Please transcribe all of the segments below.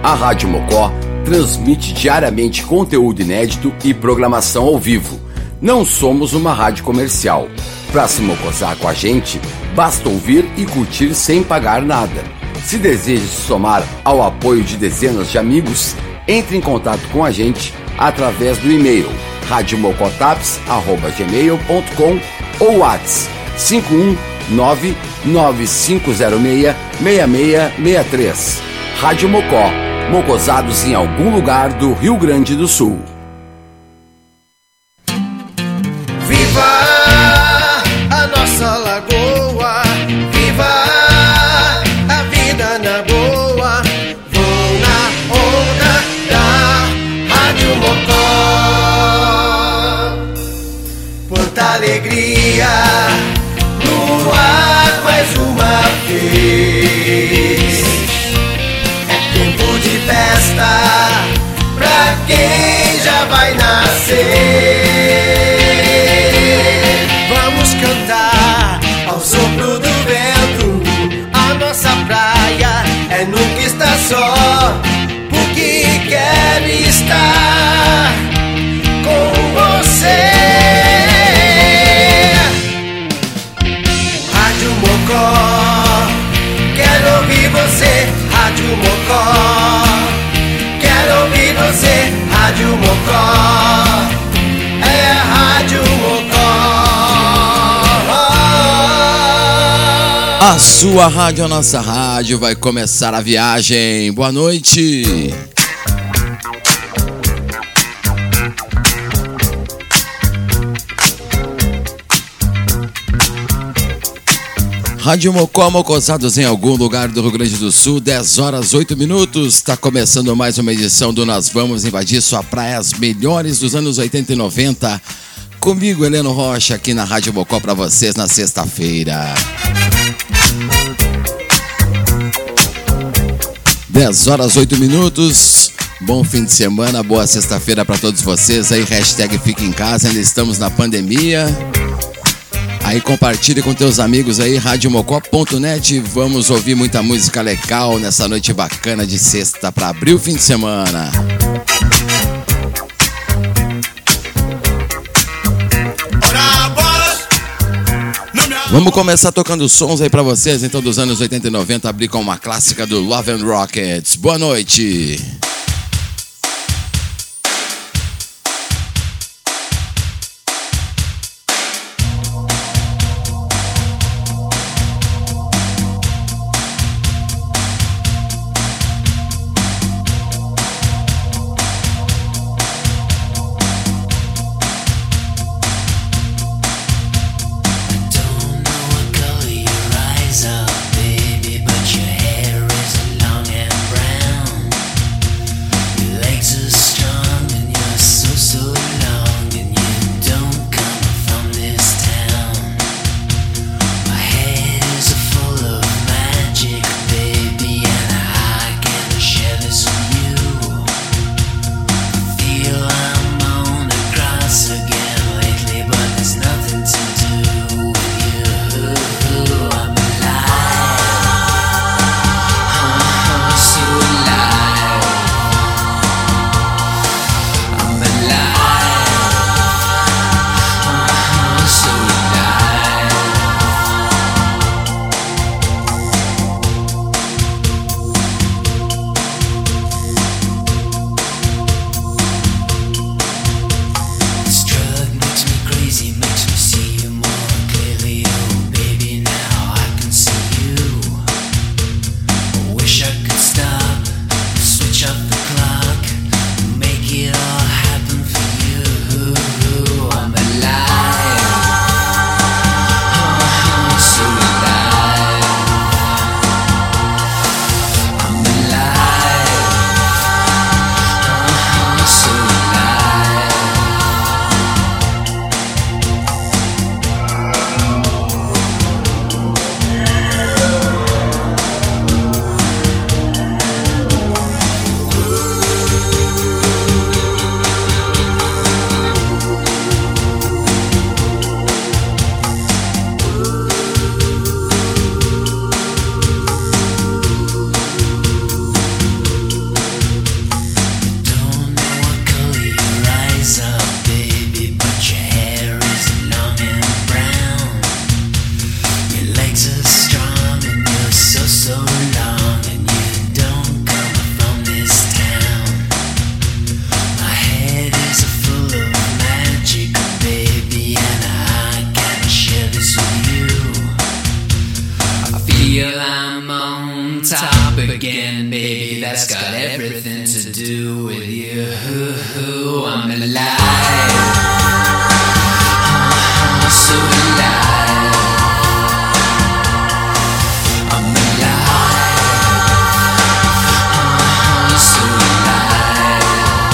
A Rádio Mocó transmite diariamente conteúdo inédito e programação ao vivo. Não somos uma rádio comercial. Para se mocosar com a gente, basta ouvir e curtir sem pagar nada. Se deseja se somar ao apoio de dezenas de amigos, entre em contato com a gente através do e-mail radiomocotaps@gmail.com ou WhatsApp 51995066663. Rádio Mocó, mocosados em algum lugar do Rio Grande do Sul. Viva a nossa lagoa, viva a vida na boa, vou na onda da Rádio Mocó. Quanta alegria no ar mais uma vez, é tempo de festa pra quem já vai nascer. Vamos cantar ao sopro do vento, a nossa praia é nunca estar só, porque quer estar com você. Rádio Mocó, quero ouvir você. Rádio Mocó, quero ouvir você. Rádio Mocó, é a Rádio Mocó. A sua rádio, a nossa rádio, vai começar a viagem. Boa noite. Rádio Mocó, mocosados em algum lugar do Rio Grande do Sul, 10 horas 8 minutos. Está começando mais uma edição do Nós Vamos Invadir Sua Praia, as melhores dos anos 80 e 90. Comigo, Heleno Rocha, aqui na Rádio Mocó para vocês na sexta-feira. 10 horas 8 minutos. Bom fim de semana, boa sexta-feira para todos vocês aí. Hashtag Fica em Casa, ainda estamos na pandemia. Aí compartilhe com teus amigos aí, radiomocó.net. Vamos ouvir muita música legal nessa noite bacana de sexta para abrir o fim de semana. Vamos começar tocando sons aí pra vocês, então, dos anos 80 e 90, abrir com uma clássica do Love and Rockets. Boa noite! Baby, but your hair is long and brown. top again, baby. That's got everything to do with you. I'm alive, so alive. I'm alive, so alive.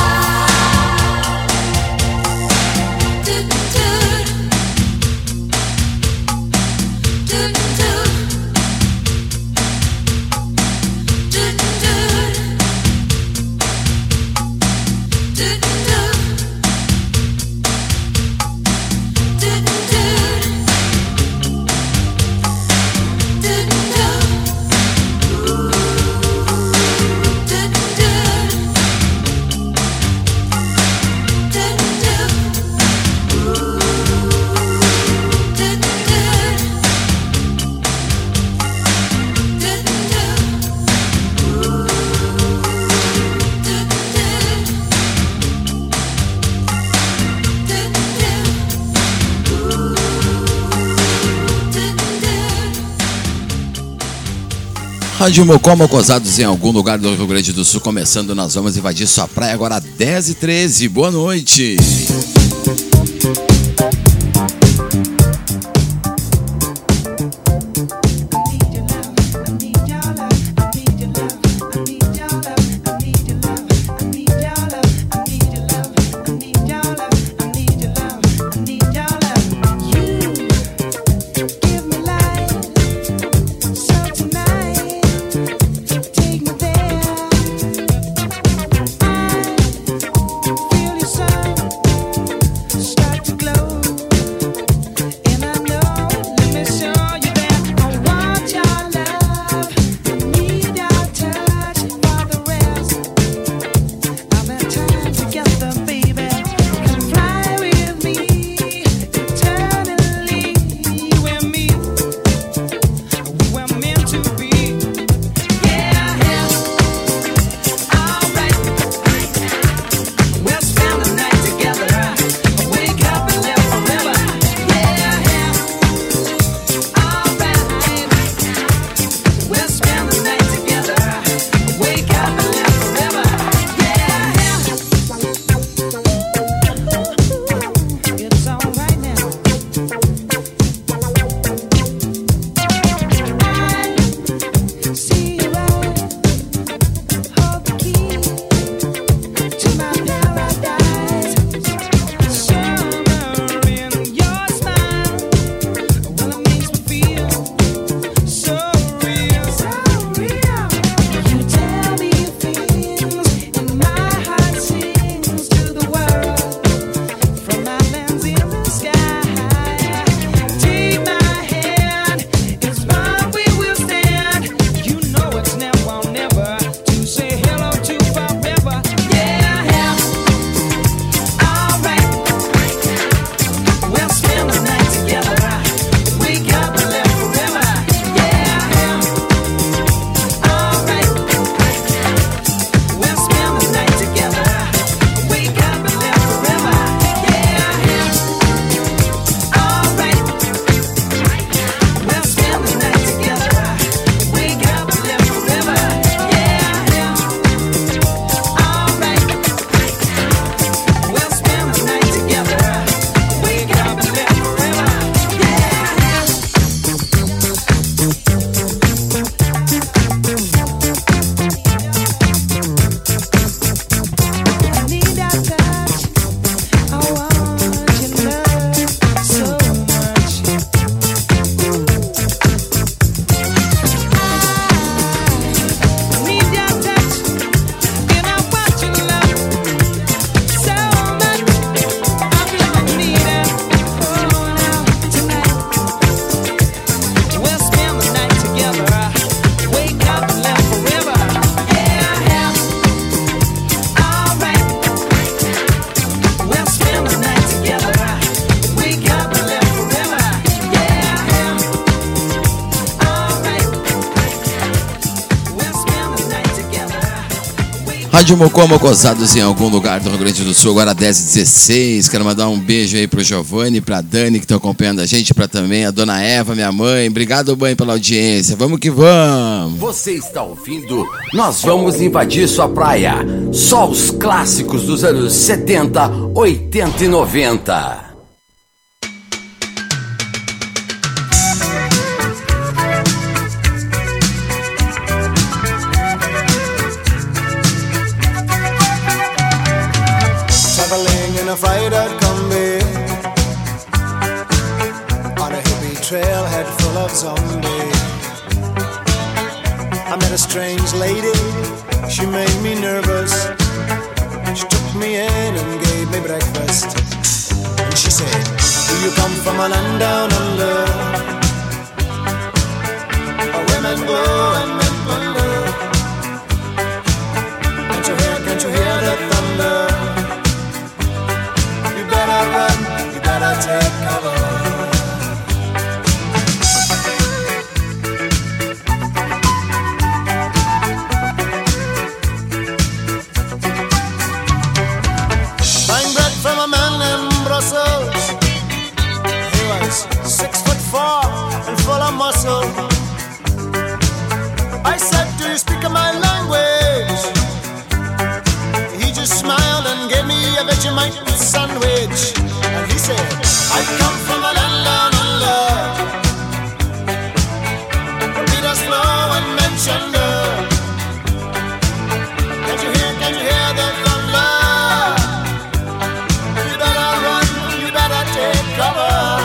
Rádio Mocó, mocosados em algum lugar do Rio Grande do Sul. Começando, nós vamos invadir sua praia agora 10h13. Boa noite. Feel your sound. Rádio Mocó, Mocosados em algum lugar do Rio Grande do Sul, agora 10h16. Quero mandar um beijo aí pro Giovanni, pra Dani que estão acompanhando a gente, pra também a Dona Eva, minha mãe. Obrigado, mãe, pela audiência. Vamos que vamos. Você está ouvindo Nós Vamos Invadir Sua Praia. Só os clássicos dos anos 70, 80 e 90. A freighter combi on a hippie trailhead full of zombies. I met a strange lady, she made me nervous. She took me in and gave me breakfast. And she said, do you come from a land down under, where women go and men plunder? Can't you hear the thunder? Run, you better take cover. Buying bread from a man in Brussels. He was 6'4" and full of muscle. I said, do you speak my language? He just smiled and gave me a Vegemite sandwich. And he said, I come from a land down under, where Peter's flow and mentioned her. Can't you hear the thunder? You better run, you better take cover.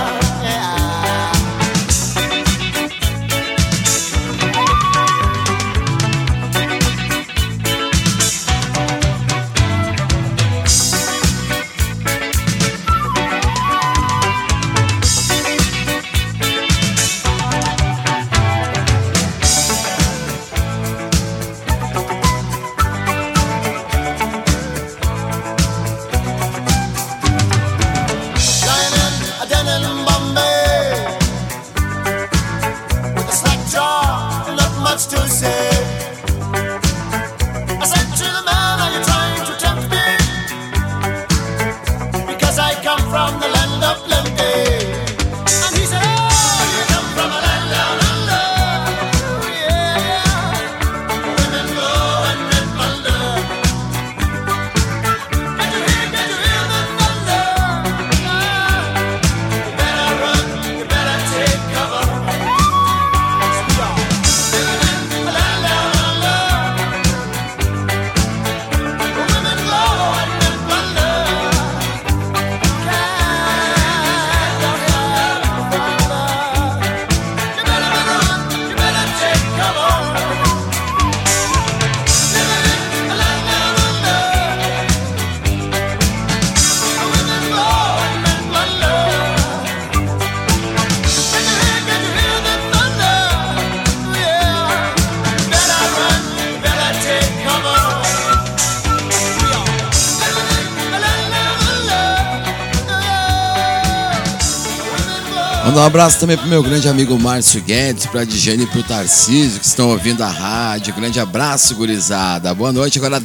Mandar um abraço também pro meu grande amigo Márcio Guedes, pra Dijane e pro Tarcísio, que estão ouvindo a rádio. Grande abraço, gurizada. Boa noite, agora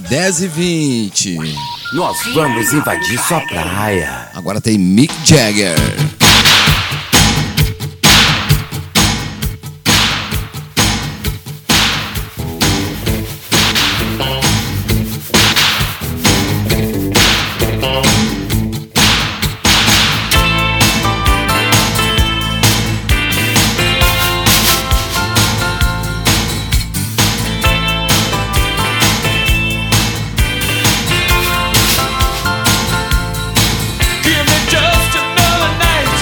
10h20. Nós vamos invadir sua praia. Agora tem Mick Jagger. Give me just another night.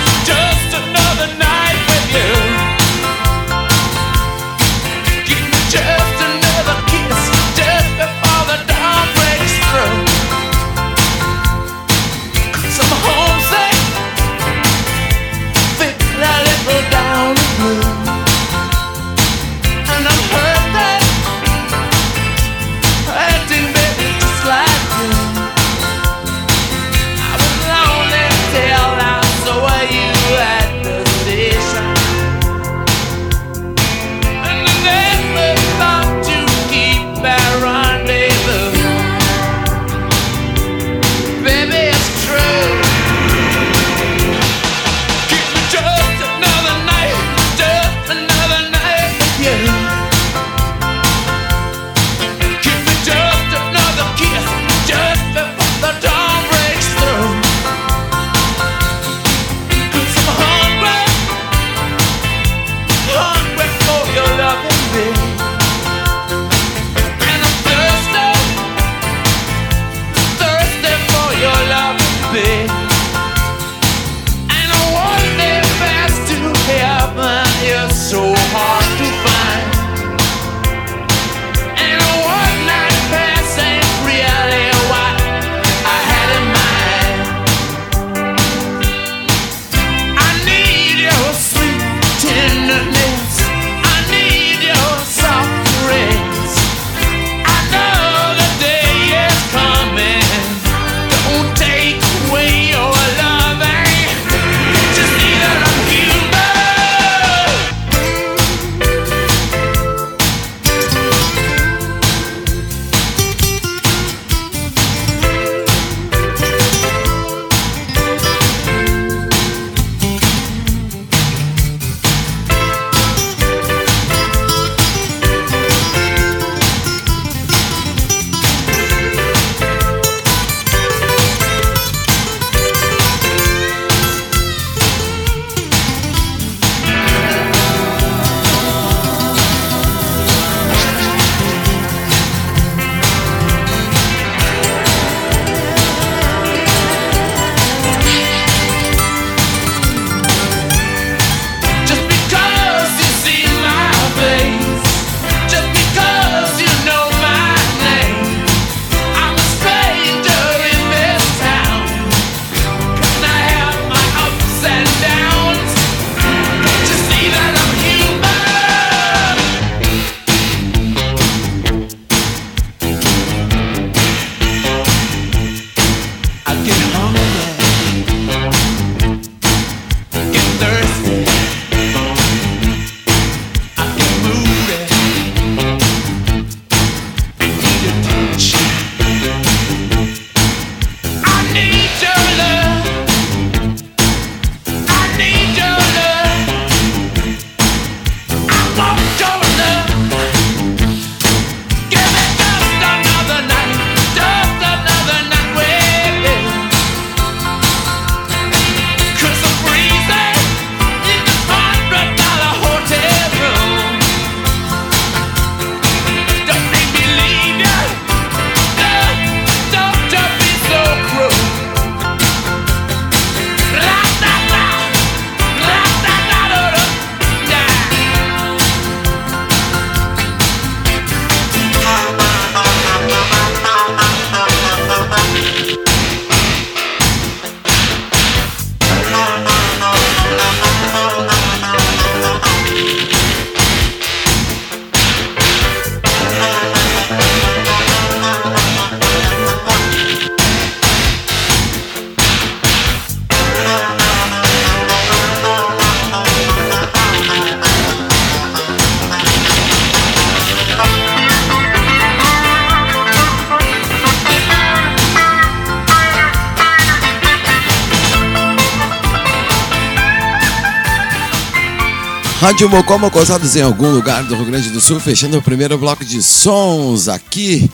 Rádio Mocó, mocosados em algum lugar do Rio Grande do Sul, fechando o primeiro bloco de sons aqui.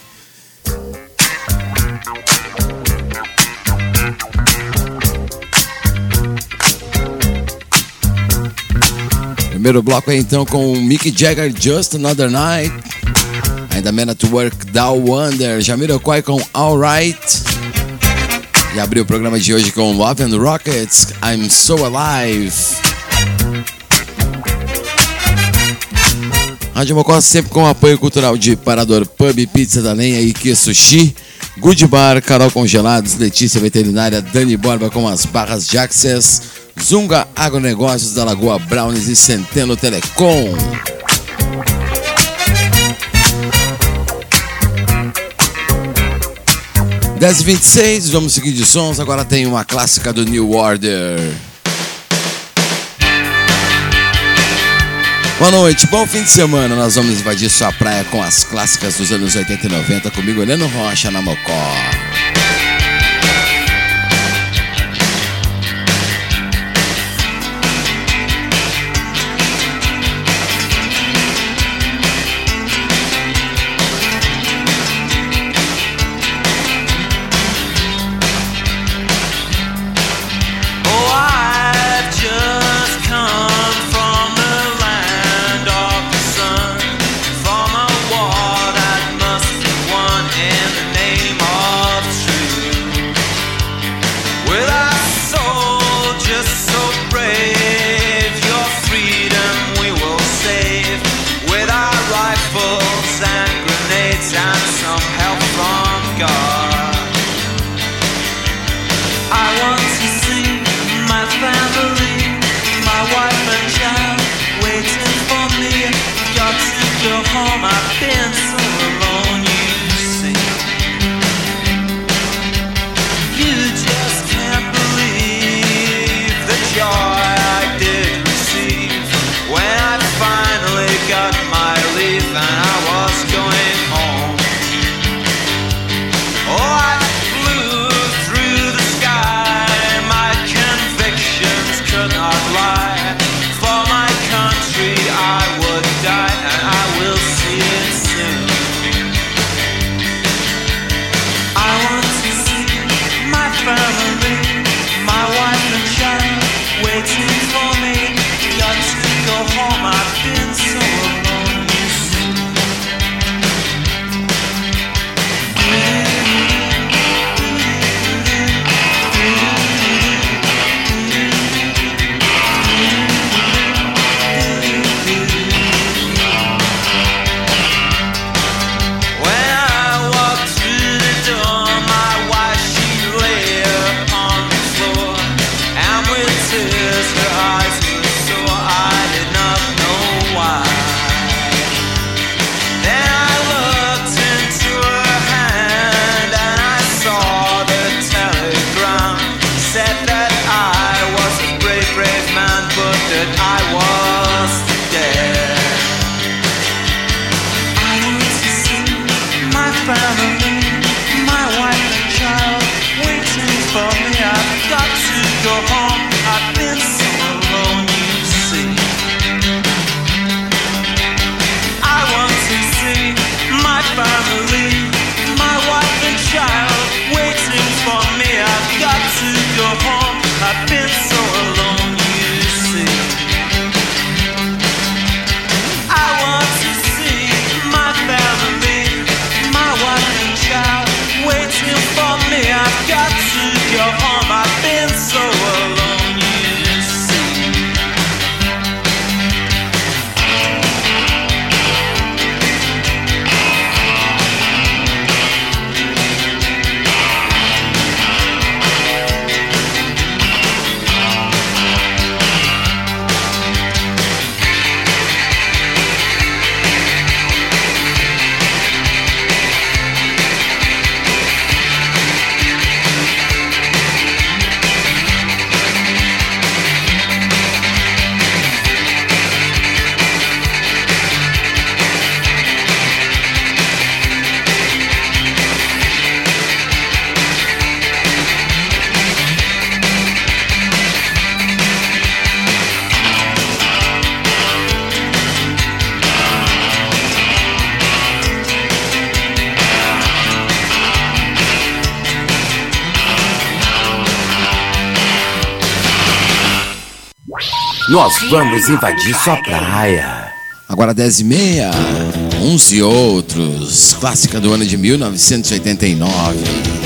Primeiro bloco aí então com o Mick Jagger, Just Another Night. Ainda Man at Work, Down Wonder, Jamiroquai com Alright. E abriu o programa de hoje com Love and Rockets, I'm So Alive. Rádio Mocó sempre com apoio cultural de Parador Pub, Pizza da Lenha e Que Sushi, Good Bar, Carol Congelados, Letícia Veterinária, Dani Borba com as barras de Access, Zunga Agronegócios da Lagoa Brownies e Centeno Telecom. – 10h26, vamos seguir de sons. Agora tem uma clássica do New Order. Boa noite, bom fim de semana. Nós vamos invadir sua praia com as clássicas dos anos 80 e 90 comigo, Heleno Rocha, na Mocó. And I was going home. nós vamos invadir sua praia. Agora 10h30, Uns e Outros, clássica do ano de 1989.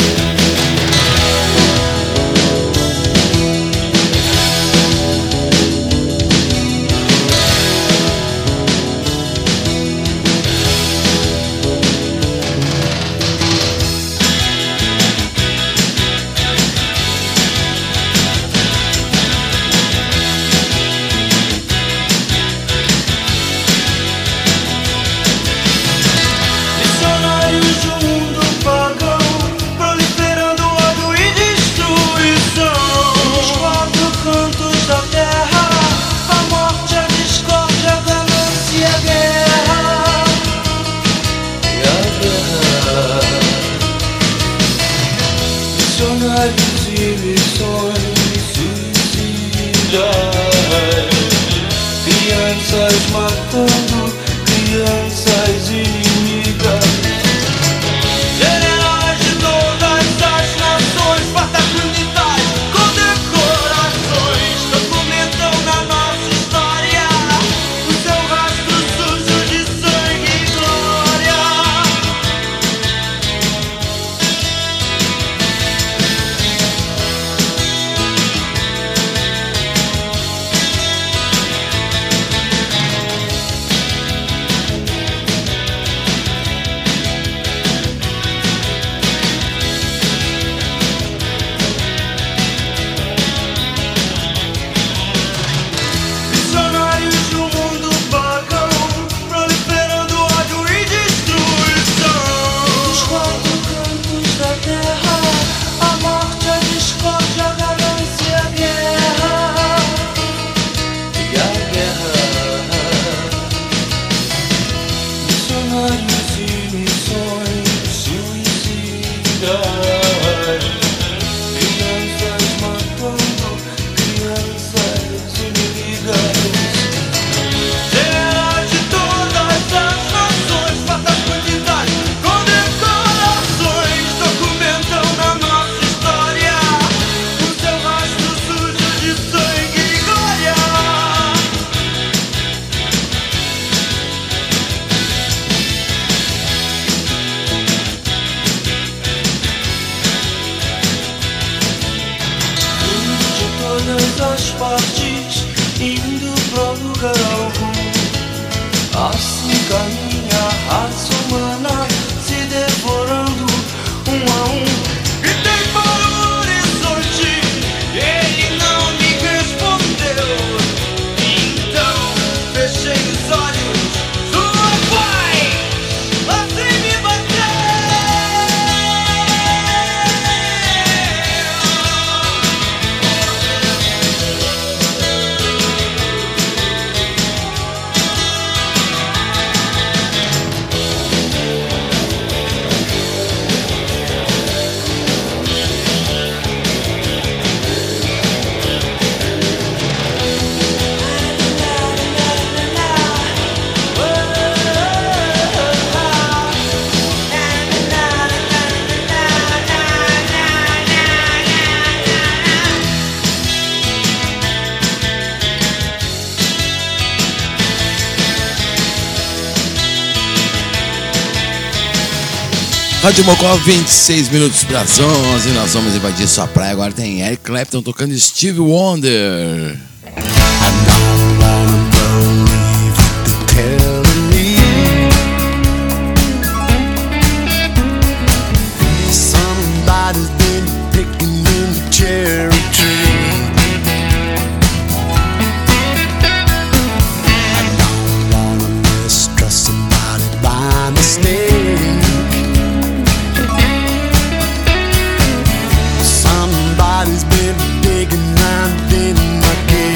Crianças matando crianças inimigas, generais de todas as nações, patagonitais, condecorações, documentam na nossa história o seu rastro sujo de sangue e glória. As partes indo pro lugar algum, assim caminha a raça humana se devorando a e tem para o horizonte, ele não me respondeu. Então fechei os olhos, sua paz assim me bateu. Rádio Mocó, 26 minutos para as 11, nós vamos invadir sua praia. Agora tem Eric Clapton tocando Stevie Wonder. Somebody's been picking in the cherry tree. I don't wanna mistrust somebody by mistake. Somebody's been digging around in my cave.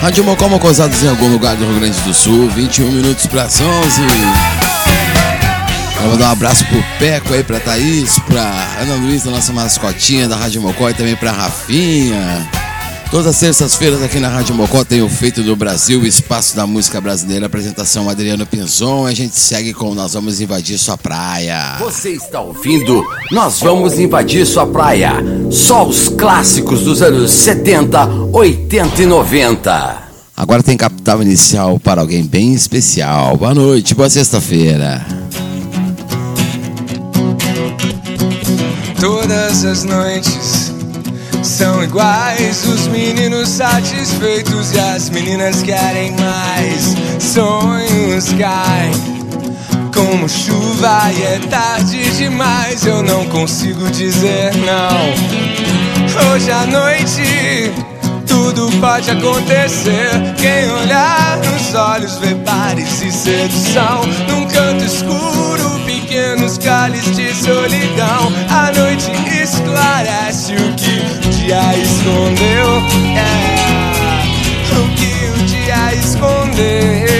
Rádio Mocó, Mocosados em algum lugar do Rio Grande do Sul, 21 minutos para as 11. Eu vou dar um abraço pro Peco aí, pra Thaís, pra Ana Luísa, nossa mascotinha da Rádio Mocó, e também pra Rafinha. Todas as terças-feiras aqui na Rádio Mocó tem o Feito do Brasil, o Espaço da Música Brasileira, apresentação Adriano Pinzon. A gente segue com Nós Vamos Invadir Sua Praia. Você está ouvindo Nós Vamos Invadir Sua Praia. Só os clássicos dos anos 70, 80 e 90. Agora tem capital inicial para alguém bem especial. Boa noite, boa sexta-feira. Todas as noites são iguais, os meninos satisfeitos e as meninas querem mais. Sonhos caem como chuva e é tarde demais, eu não consigo dizer não. Hoje à noite tudo pode acontecer, quem olhar nos olhos vê bares e sedução. Num canto escuro, pequenos cálices de solidão, a noite esclarece o que o dia escondeu. O que o dia escondeu.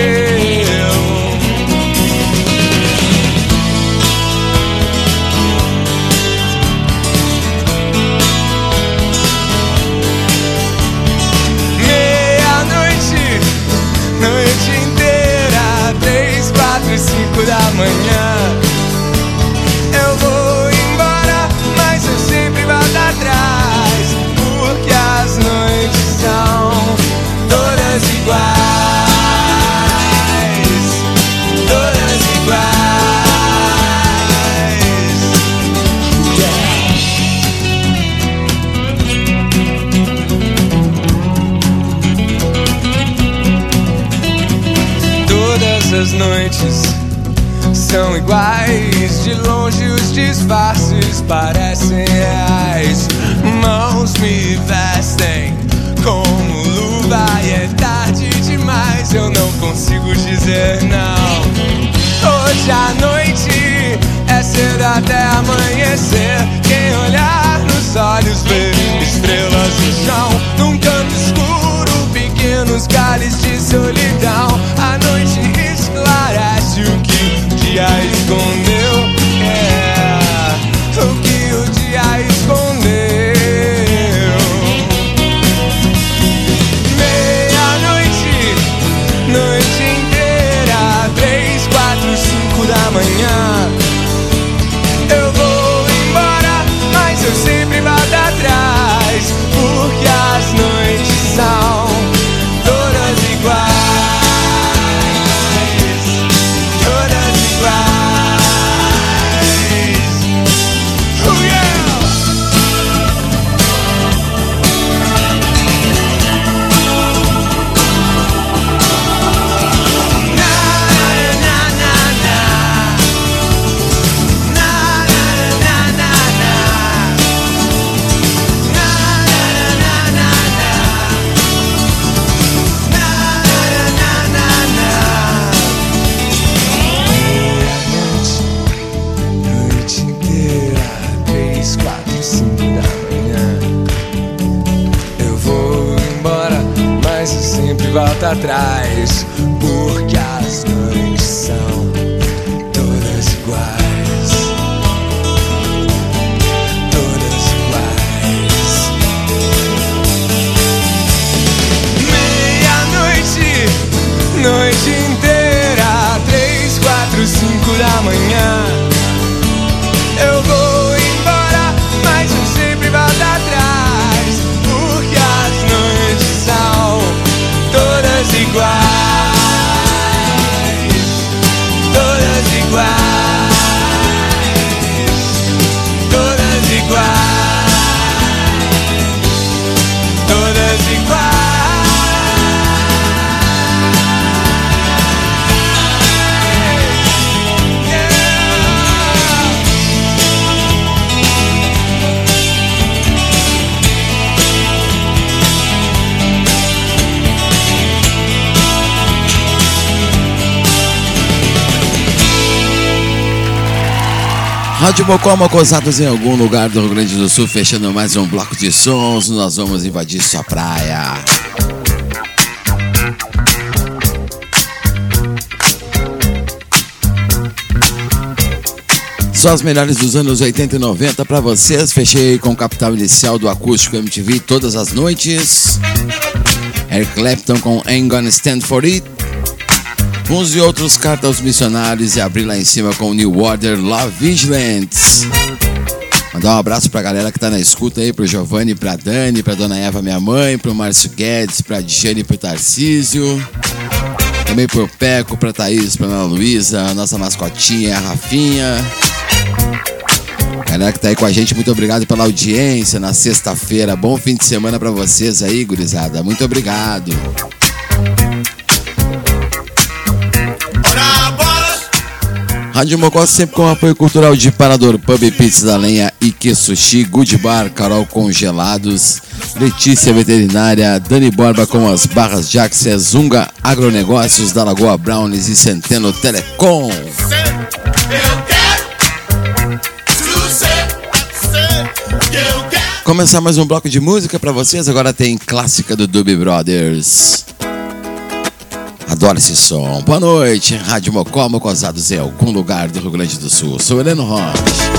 Noite inteira, 3, 4 e 5 da manhã. Eu vou embora, mas eu sempre volto atrás, porque as noites são todas iguais, todas iguais. Todas as noites são iguais, de longe os disfarces parecem reais. Mãos me vestem como luva e é tarde demais, eu não consigo dizer não. Hoje à noite é cedo até amanhecer, quem olhar nos olhos vê estrelas no chão. Num canto escuro, pequenos cálices de solidão, a noite esclarece o que o dia escondeu. O que o dia escondeu. Meia-noite, noite inteira, 3, 4, 5 da manhã. Eu vou embora, mas eu sempre volto atrás, porque as noites são todas iguais. Volta atrás, porque as noites são todas iguais, todas iguais. Meia-noite, noite inteira, 3, 4, 5 da manhã. Eu vou embora, mas eu sempre volto atrás, porque as noites são todas iguais, todas iguais, todas iguais, todas iguais. Rádio Mocó, Mocosados em algum lugar do Rio Grande do Sul, fechando mais um bloco de sons. Nós vamos invadir sua praia. Só as melhores dos anos 80 e 90 pra vocês. Fechei com o Capital Inicial do Acústico MTV todas as noites. Eric Clapton com Ain't Gonna Stand For It. Uns e outros Cartas Missionários e abri lá em cima com New Order, Love Vigilance. Mandar um abraço pra galera que tá na escuta aí, pro Giovanni, pra Dani, pra Dona Eva, minha mãe, pro Márcio Guedes, pra Diane e pro Tarcísio. Também pro Peco, pra Thaís, pra Ana Luísa, a nossa mascotinha, a Rafinha. Galera que tá aí com a gente, muito obrigado pela audiência na sexta-feira. Bom fim de semana pra vocês aí, gurizada. Muito obrigado. Rádio Mocó sempre com apoio cultural de Parador Pub, Pizza da Lenha, Ike Sushi, Good Bar, Carol Congelados, Letícia Veterinária, Dani Borba com as barras de Axé, Zunga Agronegócios, da Lagoa Brownies e Centeno Telecom. Começar mais um bloco de música pra vocês, agora tem clássica do Doobie Brothers. Adoro esse som. Boa noite, Rádio Mocó, Mocosados em algum lugar do Rio Grande do Sul. Sou Heleno Rocha.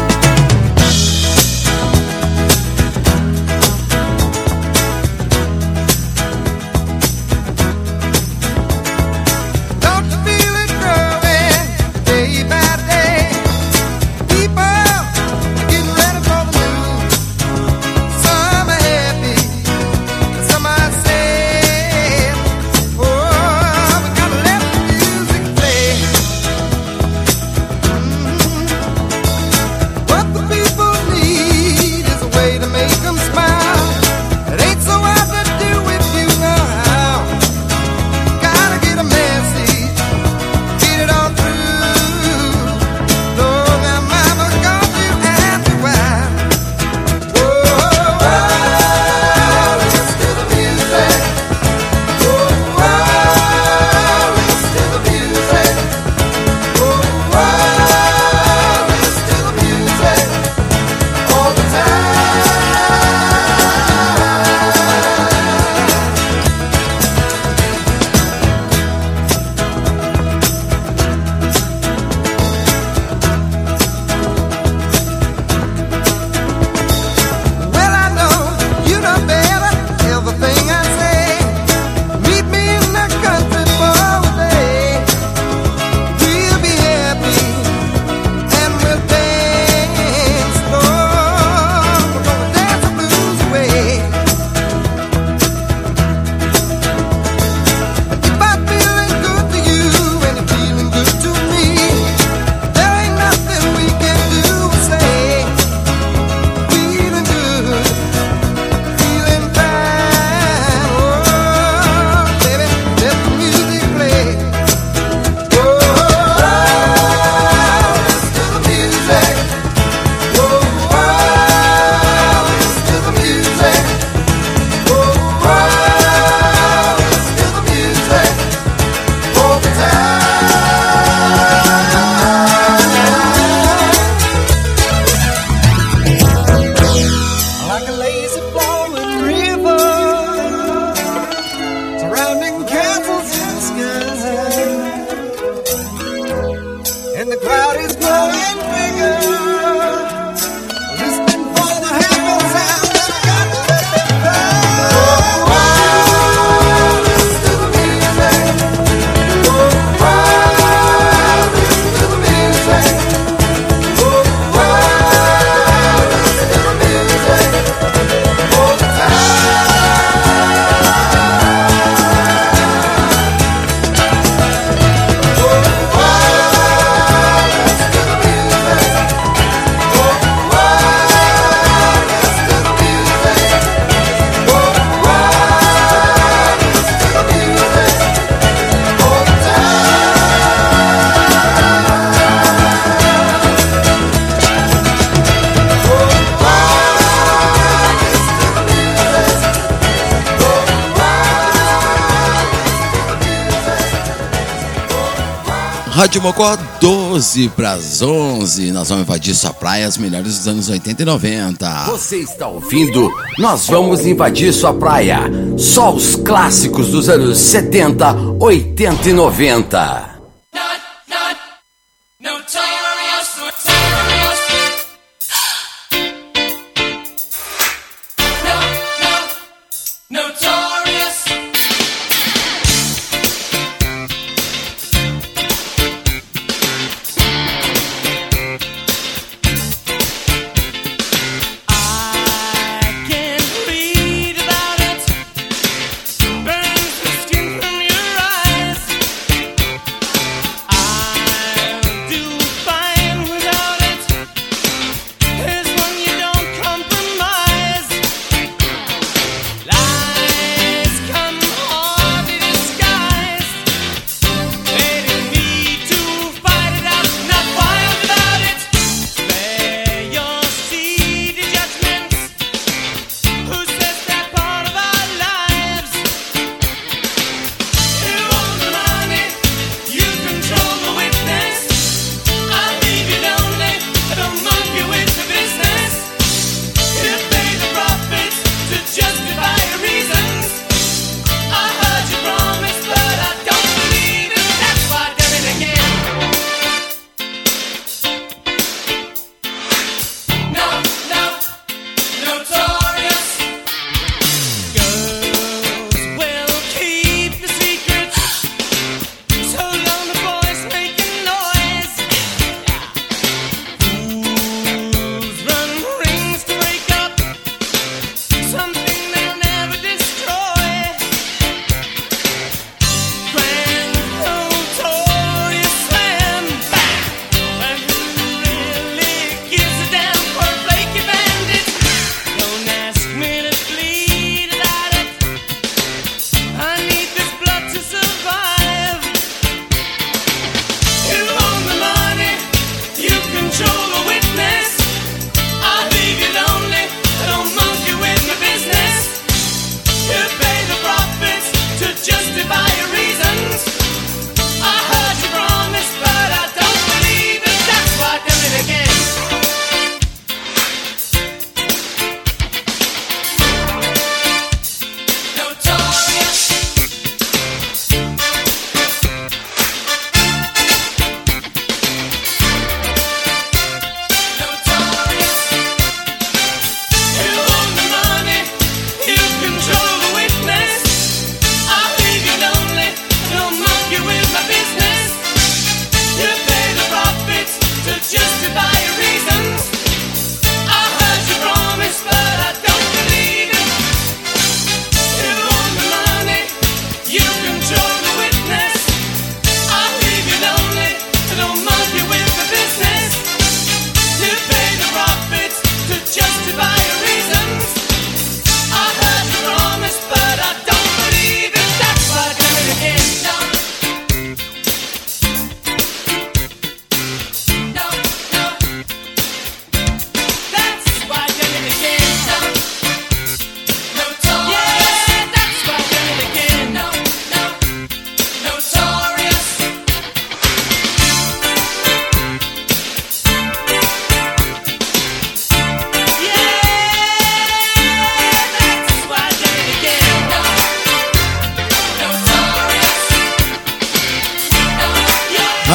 Rádio Mocó, 12 para as 11. Nós vamos invadir sua praia, as melhores dos anos 80 e 90. Você está ouvindo? Nós vamos invadir sua praia. Só os clássicos dos anos 70, 80 e 90. No tolerance.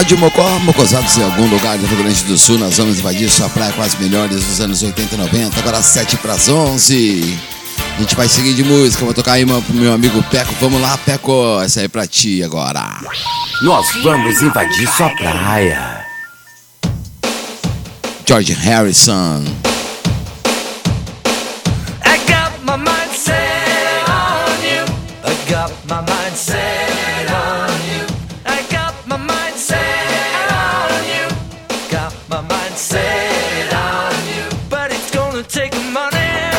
Rádio Mocó, mocosados em algum lugar do Rio Grande do Sul. Nós vamos invadir sua praia com as melhores dos anos 80 e 90. Agora 7:11. A gente vai seguir de música. Vou tocar aí pro meu amigo Peco. Vamos lá, Peco. Essa aí é pra ti agora. Nós vamos invadir sua praia. George Harrison. I got my mind set on you. I got my mind set on you. I got my mind set on you. Got my mind set on you. But it's gonna take money,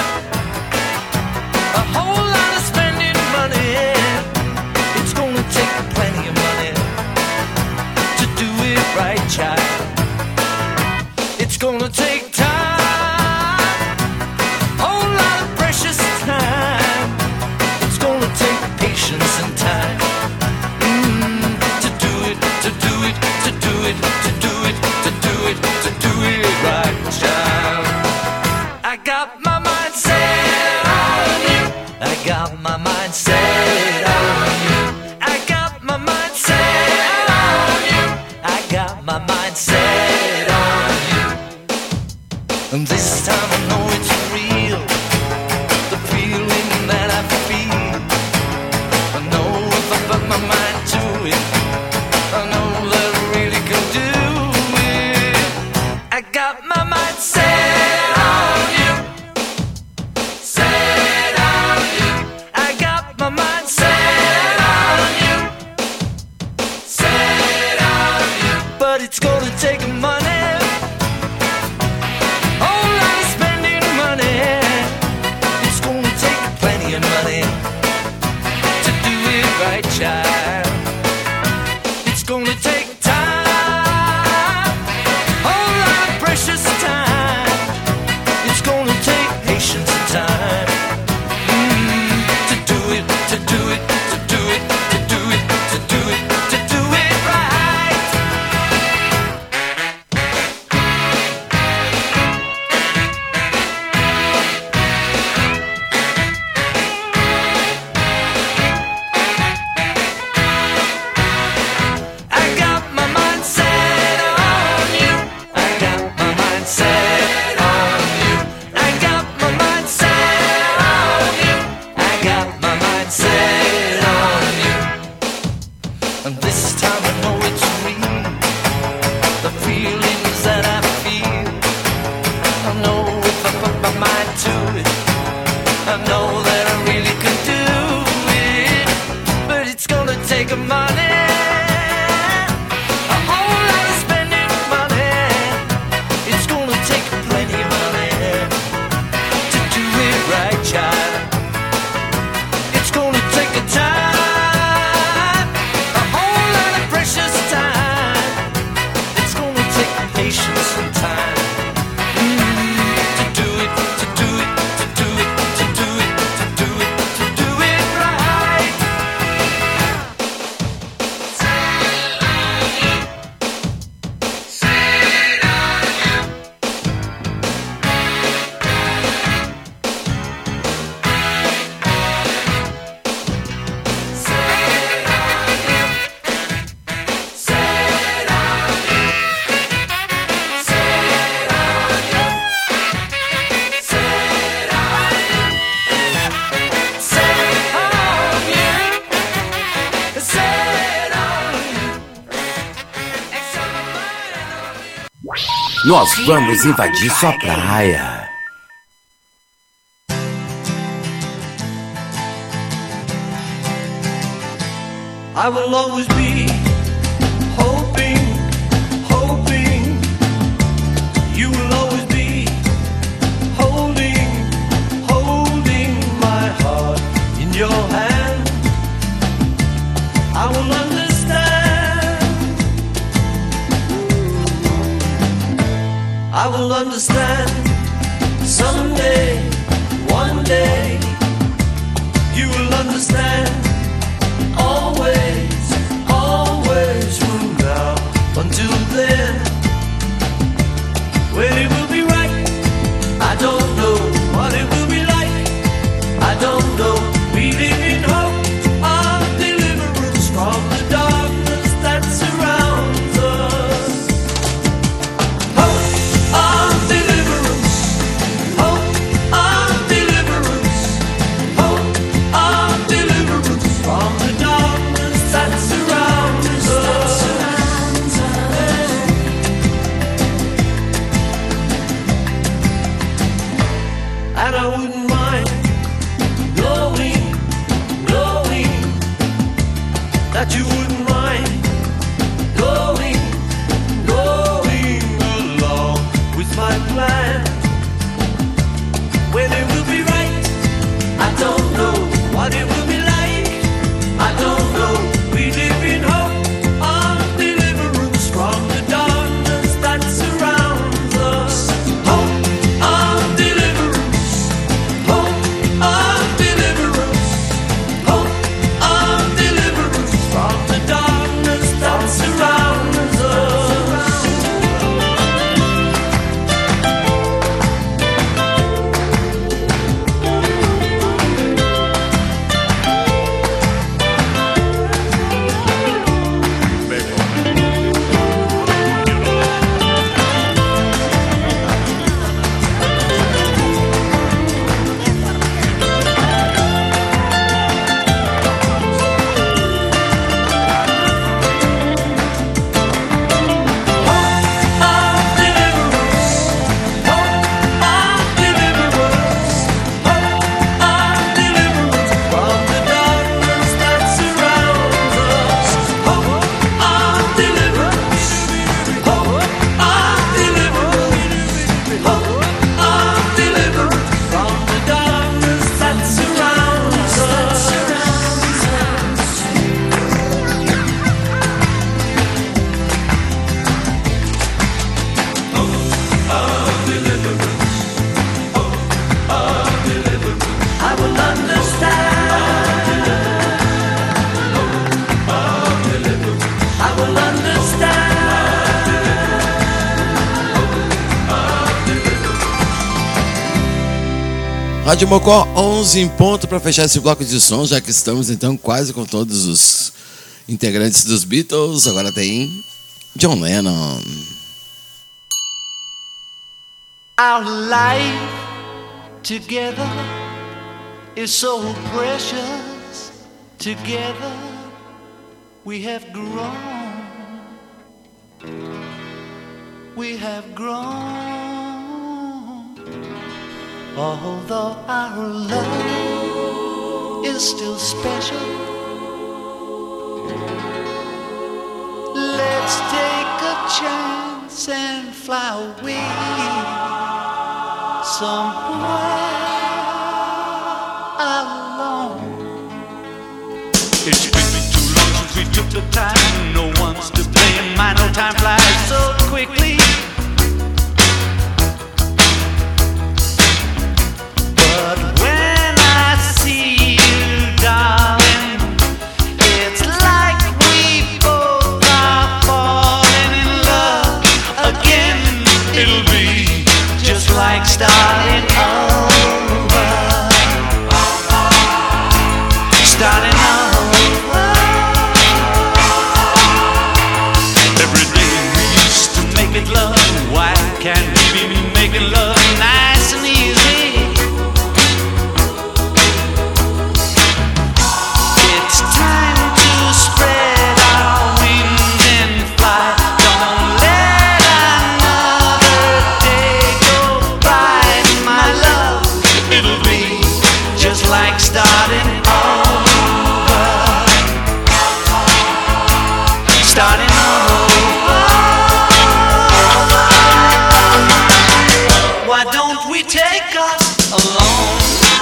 a whole lot of spending money. It's gonna take plenty of money to do it right, child. It's gonna take time, whole lot of precious time. It's gonna take patience and time to do it, to do it, to do it, to do it, to do it, to do it right, child. I got my mind set on you. I got my mind set on you. I got my mind set on you. I got my mind set on you. And this time I know it's real, the feeling that I feel. I know if I put my mind to it, I know that I really can do it. I got my mind set on you, set on you. I got my mind set on you, set on you. But it's gonna take money, whole lot of spending money. It's gonna take plenty of money to do it right, child. It's gonna take time, whole lot of precious time. It's gonna take patience and time to do it, to do it, to do it, to do it, to do it, to do it right. I got my mind set on you. I got my mind set on you. I got my mind set on you. I got my mind set on you. And this time I know it's real, the feelings that I feel. I know if I put my mind to it, I know that I really can do it. But it's gonna take money, a whole lot of spending money. It's gonna take plenty of money to do it right, child. It's gonna take a time, a whole lot of precious time. It's gonna take patience and time to do it, to do it, to do it, to do it, to do it, to do it right. Nós vamos invadir sua praia. I will always be hoping, hoping. You will always be holding, holding my heart in your hand. I will understand, I will understand someday, one day. You will understand. Always, always from now until then. When it will be right, I don't know what it will be like. I don't know. We live in hope of deliverance from the darkness that surrounds us. Rádio Mocó, 11 em ponto para fechar esse bloco de som, já que estamos então quase com todos os integrantes dos Beatles. Agora tem John Lennon. Our life together is so precious. Together we have grown. We have grown. Although our love is still special, let's take a chance and fly away somewhere alone. It's been too long since we took the time. No one's to blame. My no time flies so quickly. Like starting over, starting over. Every day we used to make it love. Why can't we be making love nice and easy? It's time to spread our wings and fly. Don't let another day go by, my love. It'll be just like starting over, starting over. Why don't we take us alone?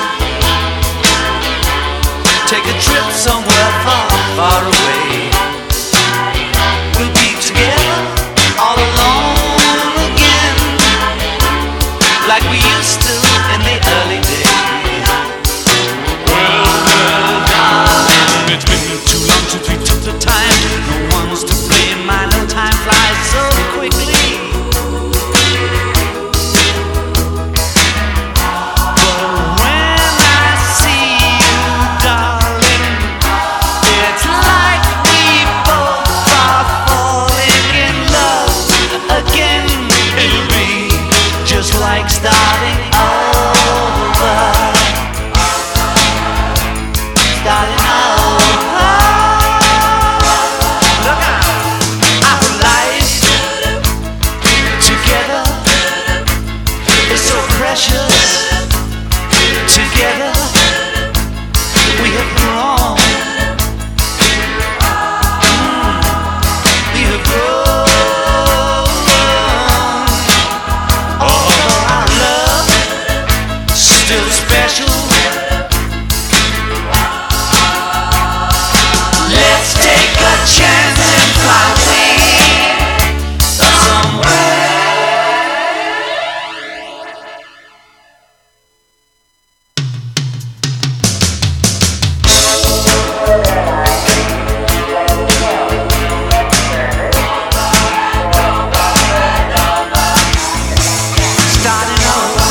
Take a trip somewhere far, far away. We'll be together all alone again, like we used to in the early days. Well, darling, it's been too long since we took the time. No one's to blame. My no time flies so quickly. But when I see you, darling, it's like we both are falling in love again. It'll be just like starting over, starting over. Look out, our life together is so precious. Together we have grown. We have grown. Although our love still special, let's take a chance and fly away somewhere. Starting over.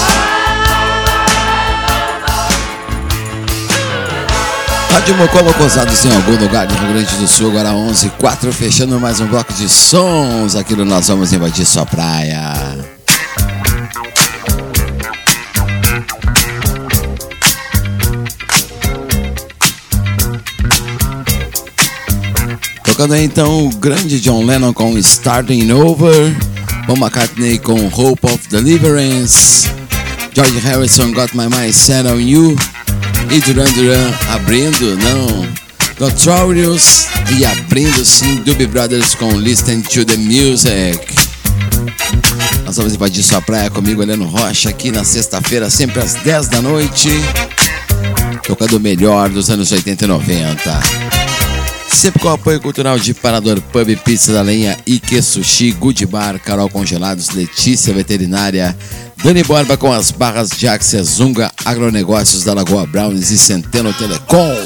Rádio Mocó localizados em algum lugar do Rio Grande do Sul, agora 11h04, fechando mais um bloco de sons. Aquilo nós vamos invadir sua praia. Tocando aí então o grande John Lennon com Starting Over, Paul McCartney com Hope of Deliverance, George Harrison Got My Mind Set On You, e Duran Duran abrindo, não, Notorious, e abrindo sim Doobie Brothers com Listen to the Music. Nós vamos invadir sua praia comigo, Heleno Rocha, aqui na sexta-feira, sempre às 10 da noite, tocando o melhor dos anos 80 e 90. Sempre com o apoio cultural de Parador Pub, Pizza da Lenha, Ike Sushi, Good Bar, Carol Congelados, Letícia Veterinária, Dani Borba com as barras de Axia, Zunga, Agronegócios da Lagoa Brownies e Centeno Telecom.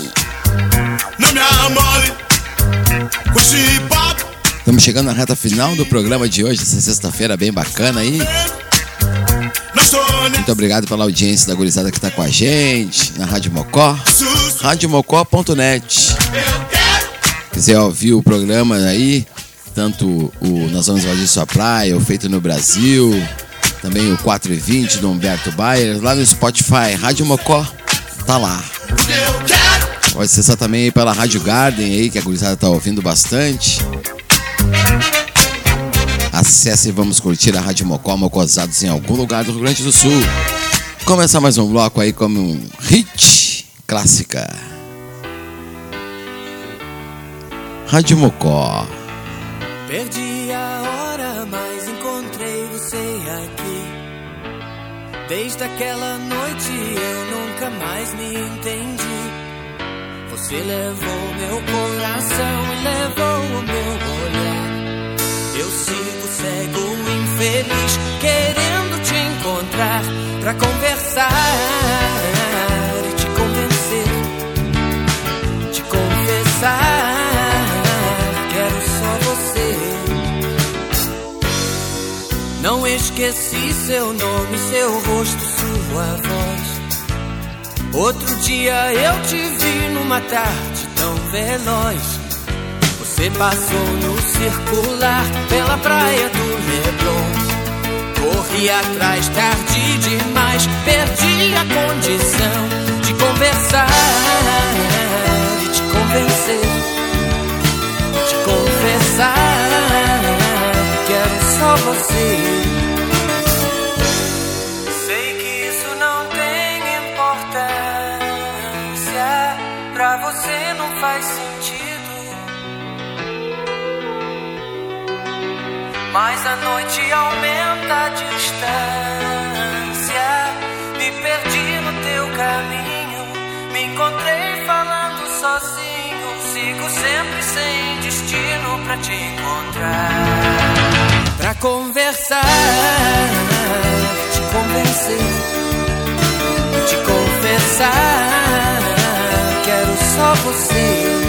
Estamos chegando na reta final do programa de hoje, essa sexta-feira bem bacana aí. Muito obrigado pela audiência da gurizada que tá com a gente na Rádio Mocó, radiomocó.net. Quiser ouvir o programa aí, tanto o Nós Vamos Invadir Sua Praia, o Feito no Brasil, também o 4:20 do Humberto Bayer, lá no Spotify, Rádio Mocó, tá lá. Pode acessar também aí pela Rádio Garden aí, que a gurizada tá ouvindo bastante. Acesse e vamos curtir a Rádio Mocó, mocosados em algum lugar do Rio Grande do Sul. Começar mais um bloco aí como um hit clássica. Rádio Mocó. Perdi a hora, mas encontrei você aqui. Desde aquela noite eu nunca mais me entendi. Você levou meu coração e levou o meu olhar. Eu sigo cego, infeliz, querendo te encontrar pra conversar e te convencer, te confessar. Quero só você. Não esqueci seu nome, seu rosto, sua voz. Outro dia eu te vi numa tarde tão veloz. Você passou no circular pela praia do Leblon. Corri atrás, tarde demais, perdi a condição de conversar e te convencer, te confessar. Quero só você. Sei que isso não tem importância, pra você não faz sentido. Mas a noite aumenta a distância. Me perdi no teu caminho, me encontrei falando sozinho. Sigo sempre sem destino pra te encontrar, pra conversar, te convencer, te confessar. Quero só você.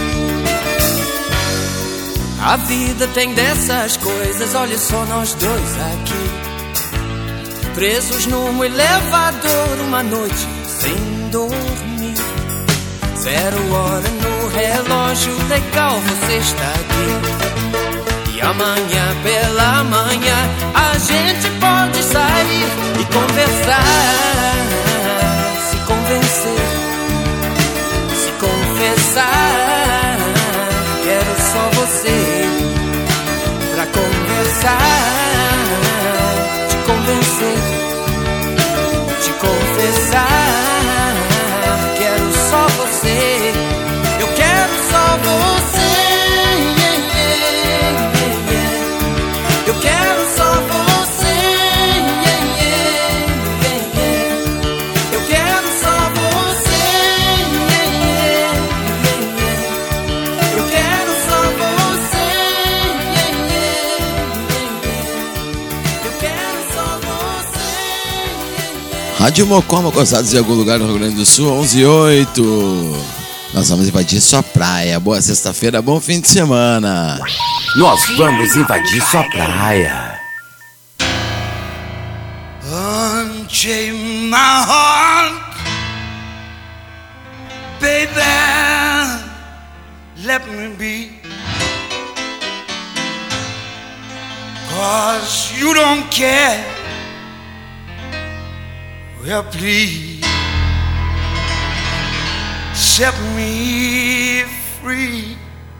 A vida tem dessas coisas, olha só nós dois aqui, presos num elevador uma noite sem dormir. 0 hora no relógio, legal você está aqui. E amanhã pela manhã a gente pode sair e conversar, se convencer, se confessar. Quero só você pra conversar, te convencer, te confessar. Quero só você, eu quero só você. Eu quero só você. Eu quero só você. Eu quero só você. Eu quero só você. Rádio Mocó, mocosados em algum lugar no Rio Grande do Sul, 11:08. Nós vamos invadir sua praia. Boa sexta-feira, bom fim de semana. Nós vamos invadir sua praia. Unchain my heart, baby, let me be. 'Cause you don't care. Well, please set me free.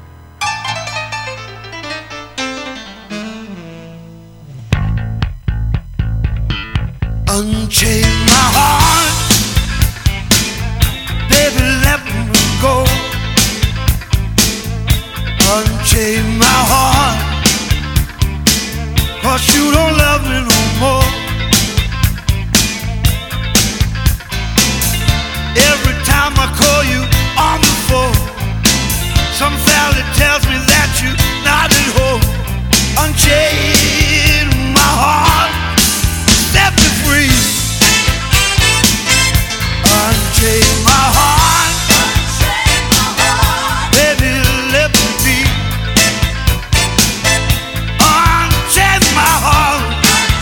Unchain my heart, baby, let me go. Unchain my heart, 'cause you don't love me no more. Every time I call you on the phone, some fella tells me that you're not at home. Unchain my heart, set me free. Unchain my heart, baby, let me be. Unchain my heart,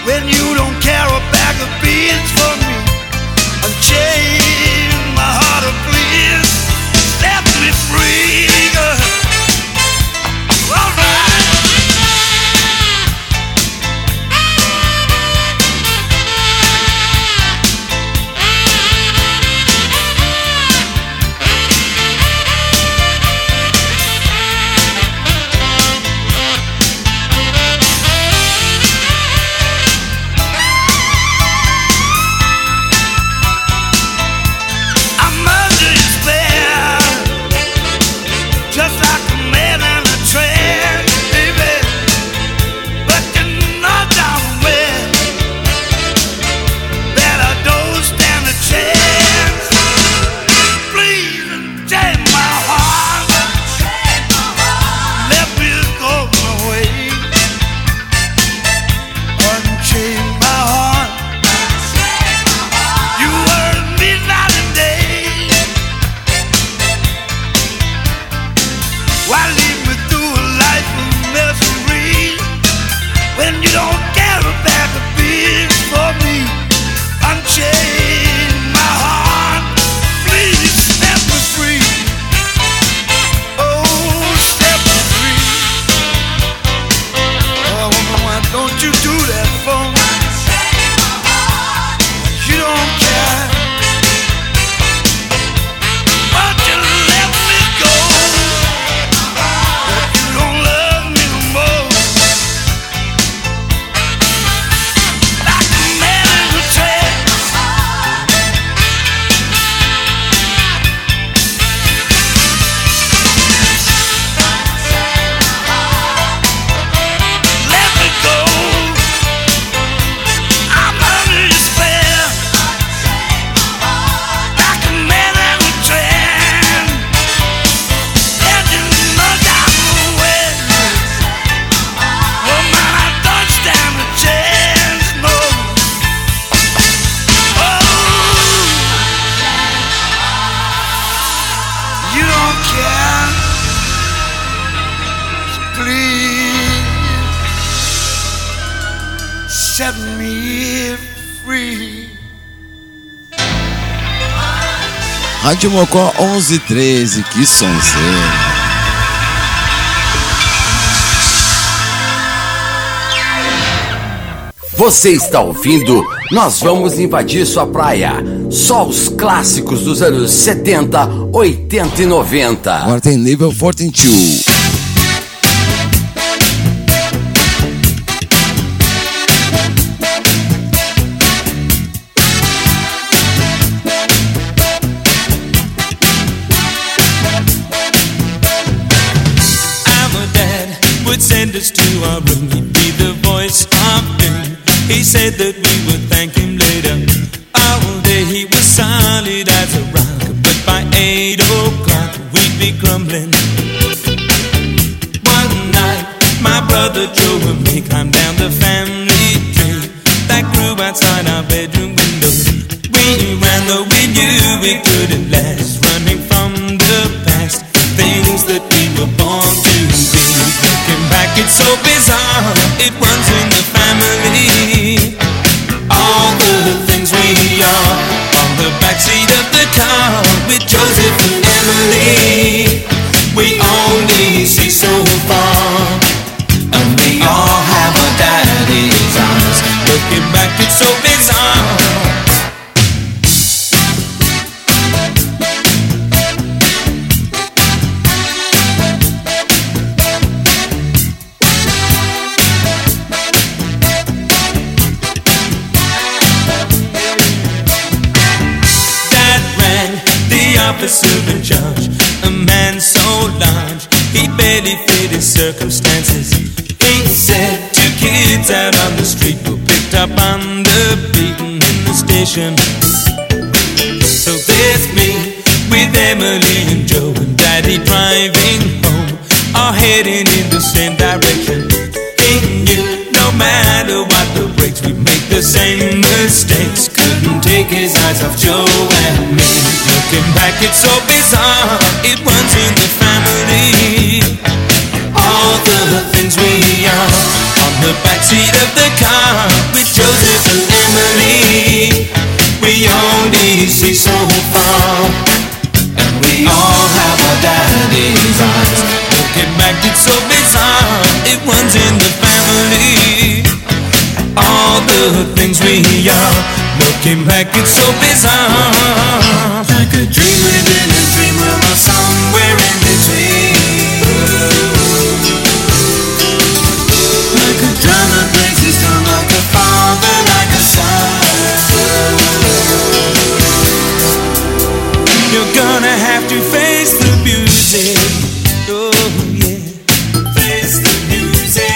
when you don't care a bag of beans for me. Unchain my heart, oh please, set me free, girl. All right. Set me free. Rádio Mocó 11:13, que sonzeira. Você está ouvindo Nós Vamos Invadir Sua Praia. Só os clássicos dos anos 70, 80 e 90. Agora tem Level 42. Send us to our room, he'd be the voice of doom. He said that we would thank him later. All day he was solid as a rock, but by 8 o'clock we'd be grumbling. One night my brother Joe and me climbed down the family tree that grew outside our bedroom window. We ran though we knew we couldn't last, running from the past, things that we were born to be. Looking back, it's so bizarre, it runs in the family. All the things we are on the backseat of the car with Joseph and Emily. We only see so far, and we all have our daddy's eyes. Looking back, it's so bizarre. Officer in charge, a man so large he barely fit his circumstances. He said 2 kids out on the street were picked up on the beaten in the station. So there's me with Emily and Joe and Daddy driving home, all heading in the same direction. He knew no matter what the brakes, we make the same mistakes. Couldn't take his eyes off Joe and me. Looking back, it's so bizarre, it runs in the family. All the things we are on the backseat of the car with Joseph and Emily. We only see so far, and we all have our daddy's eyes. Looking back, it's so bizarre. It runs in the family. All the things we are. Looking back, it's so bizarre. Like a dream within a dream, we're somewhere in between. Like a drum that breaks its drum, like a father, like a son. You're gonna have to face the music. Oh yeah, face the music.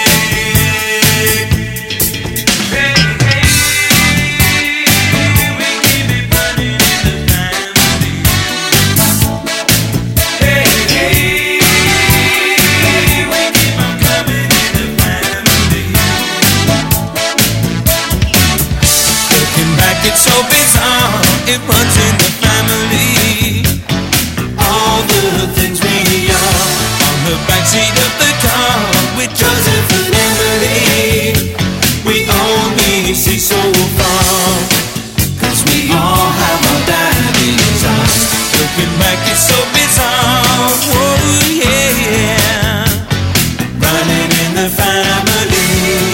It's so bizarre, it runs in the family. All the things we are on the backseat of the car with Joseph and Emily. We only see so far, cause we all have our daddy's eyes. Looking back, it's so bizarre. Oh yeah, running in the family.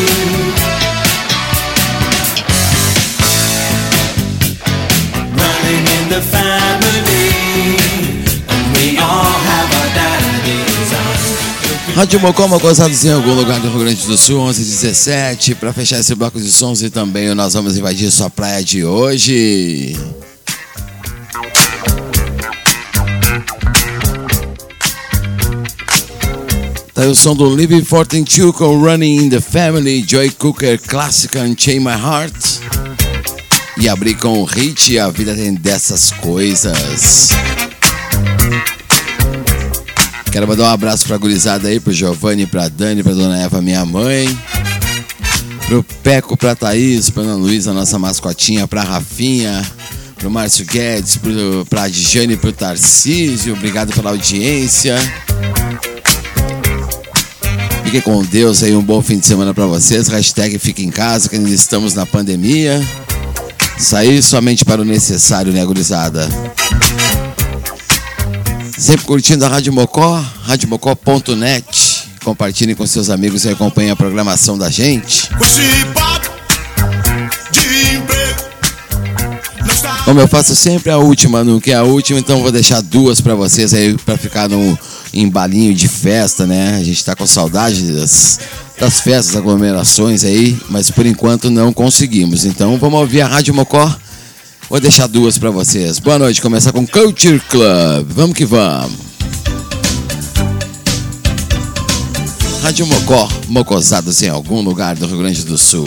The family, and we all have our daddy's eyes. Rádio Mocó, mocosados em algum lugar do Rio Grande do Sul, 11h17. Para fechar esse bloco de sons e também nós vamos invadir sua praia de hoje. Tá aí o som do Living Fortin 2 com Running in the Family, Joy Cooker Classic Unchain My Heart. E abrir com o hit A Vida Tem Dessas Coisas. Quero mandar um abraço pra gurizada aí, pro Giovanni, pra Dani, pra Dona Eva, minha mãe. Pro Peco, pra Thaís, pra Ana Luísa, nossa mascotinha, pra Rafinha, pro Márcio Guedes, pra Adjane, pro Tarcísio. Obrigado pela audiência. Fiquem com Deus aí, um bom fim de semana pra vocês. Hashtag Fica em Casa, que ainda estamos na pandemia. Sair somente para o necessário, né, gurizada? Sempre curtindo a Rádio Mocó, radiomocó.net. Compartilhem com seus amigos e acompanhem a programação da gente. Como eu faço sempre a última, não que é a última, então vou deixar duas para vocês aí, para ficar num embalinho de festa, né? A gente tá com saudade das festas, aglomerações aí, mas por enquanto não conseguimos. Então vamos ouvir a Rádio Mocó. Vou deixar duas pra vocês. Boa noite, começar com Culture Club. Vamos que vamos. Rádio Mocó, mocosados em algum lugar do Rio Grande do Sul.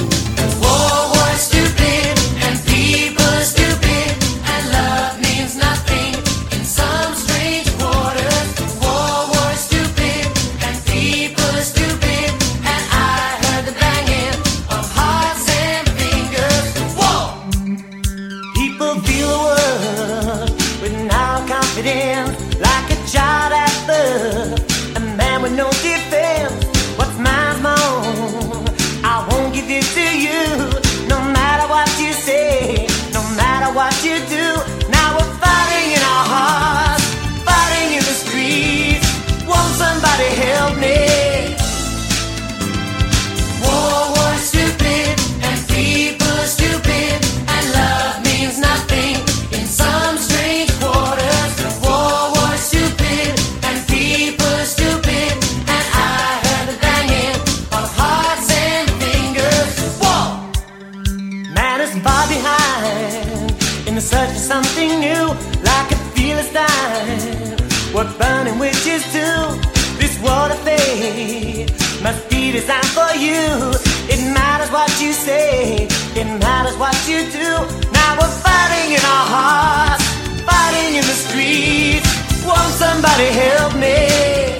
What burning witches do, this world of fate must be designed for you. It matters what you say, it matters what you do. Now we're fighting in our hearts, fighting in the streets. Won't somebody help me?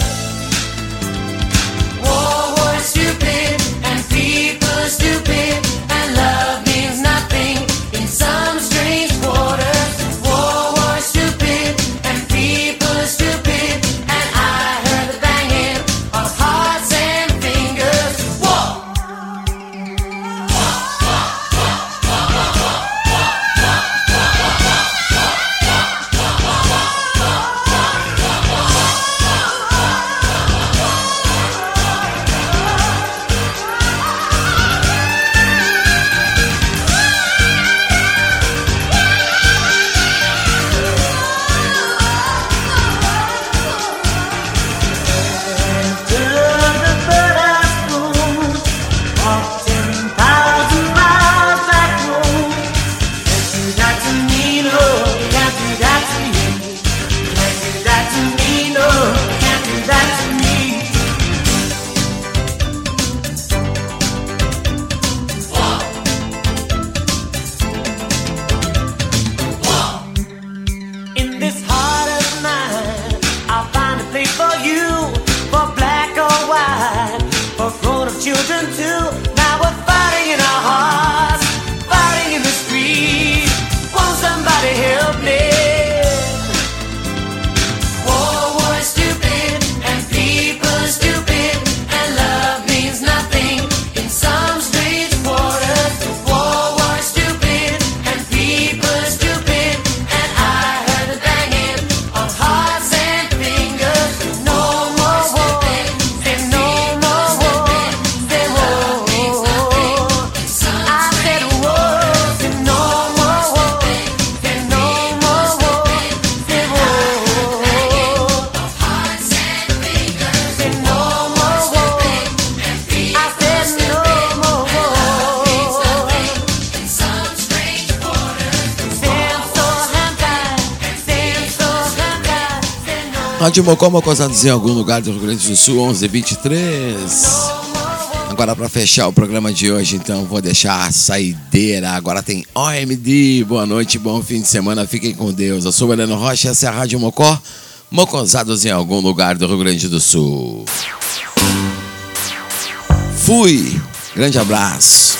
War is stupid and people are stupid, and love means nothing in some strange quarters. War is stupid and people are stupid, and I heard the banging of hearts and fingers. War. Rádio Mocó, mocosados em algum lugar do Rio Grande do Sul, 11h23. Agora, para fechar o programa de hoje, então, vou deixar a saideira. Agora tem OMD. Boa noite, bom fim de semana, fiquem com Deus. Eu sou o Heleno Rocha, essa é a Rádio Mocó, mocosados em algum lugar do Rio Grande do Sul. Fui, grande abraço.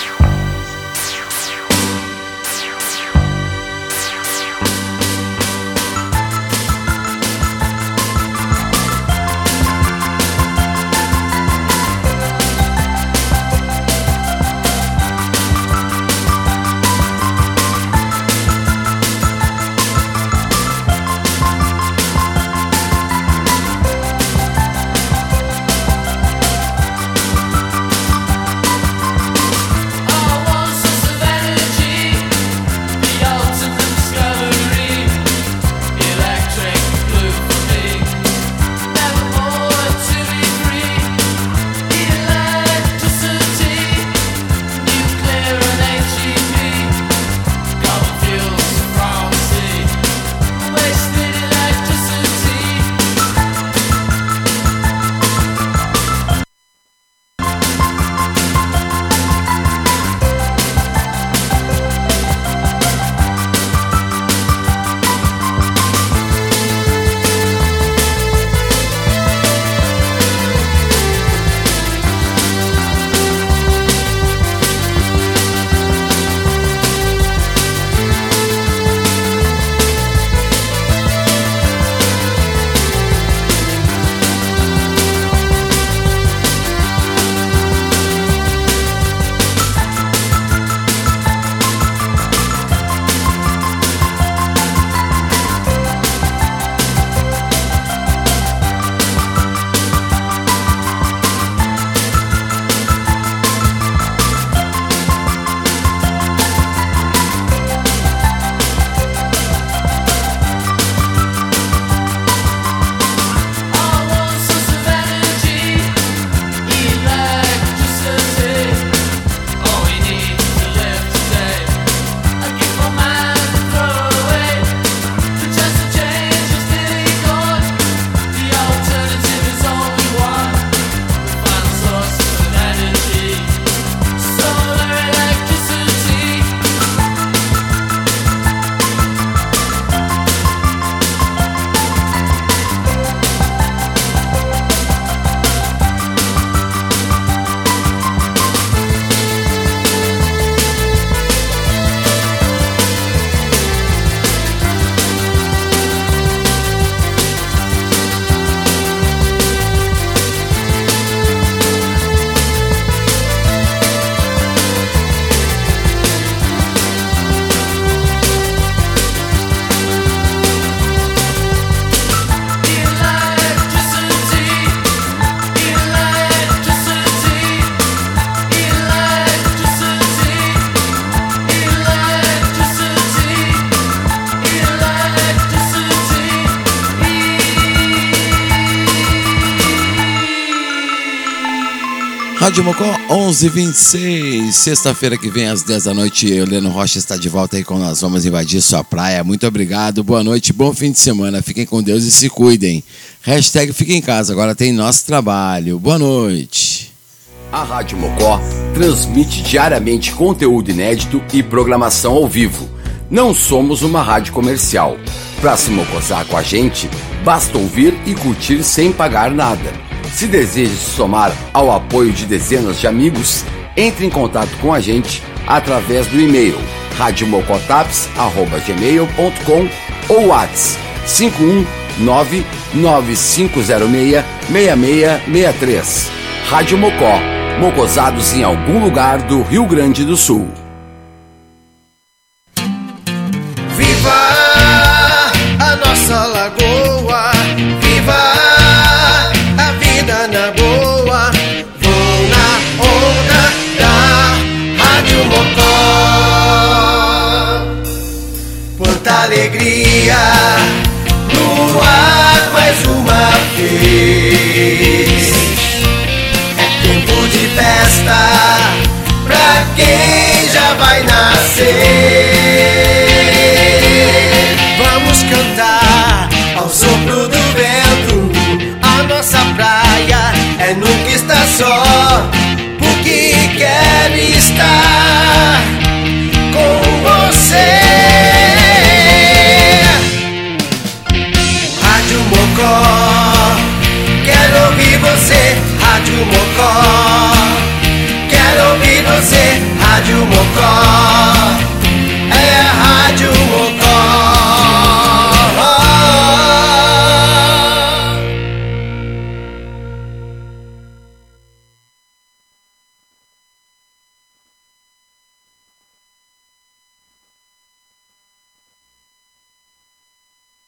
Rádio Mocó 11h26, sexta-feira que vem às 10 da noite, eu, Heleno Rocha, está de volta aí com Nós Vamos Invadir Sua Praia. Muito obrigado, boa noite, bom fim de semana, fiquem com Deus e se cuidem. Hashtag Fica em Casa, agora tem nosso trabalho. Boa noite. A Rádio Mocó transmite diariamente conteúdo inédito e programação ao vivo. Não somos uma rádio comercial. Para se mocosar com a gente, basta ouvir e curtir sem pagar nada. Se deseja se somar ao apoio de dezenas de amigos, entre em contato com a gente através do e-mail radiomocotaps@gmail.com ou WhatsApp 519-9506-6663. Rádio Mocó, mocosados em algum lugar do Rio Grande do Sul. Viva a nossa lagoa, viva a vida na boa, vou na onda da Rádio Mocó. Quanta alegria no ar mais uma vez, é tempo de festa pra quem já vai nascer.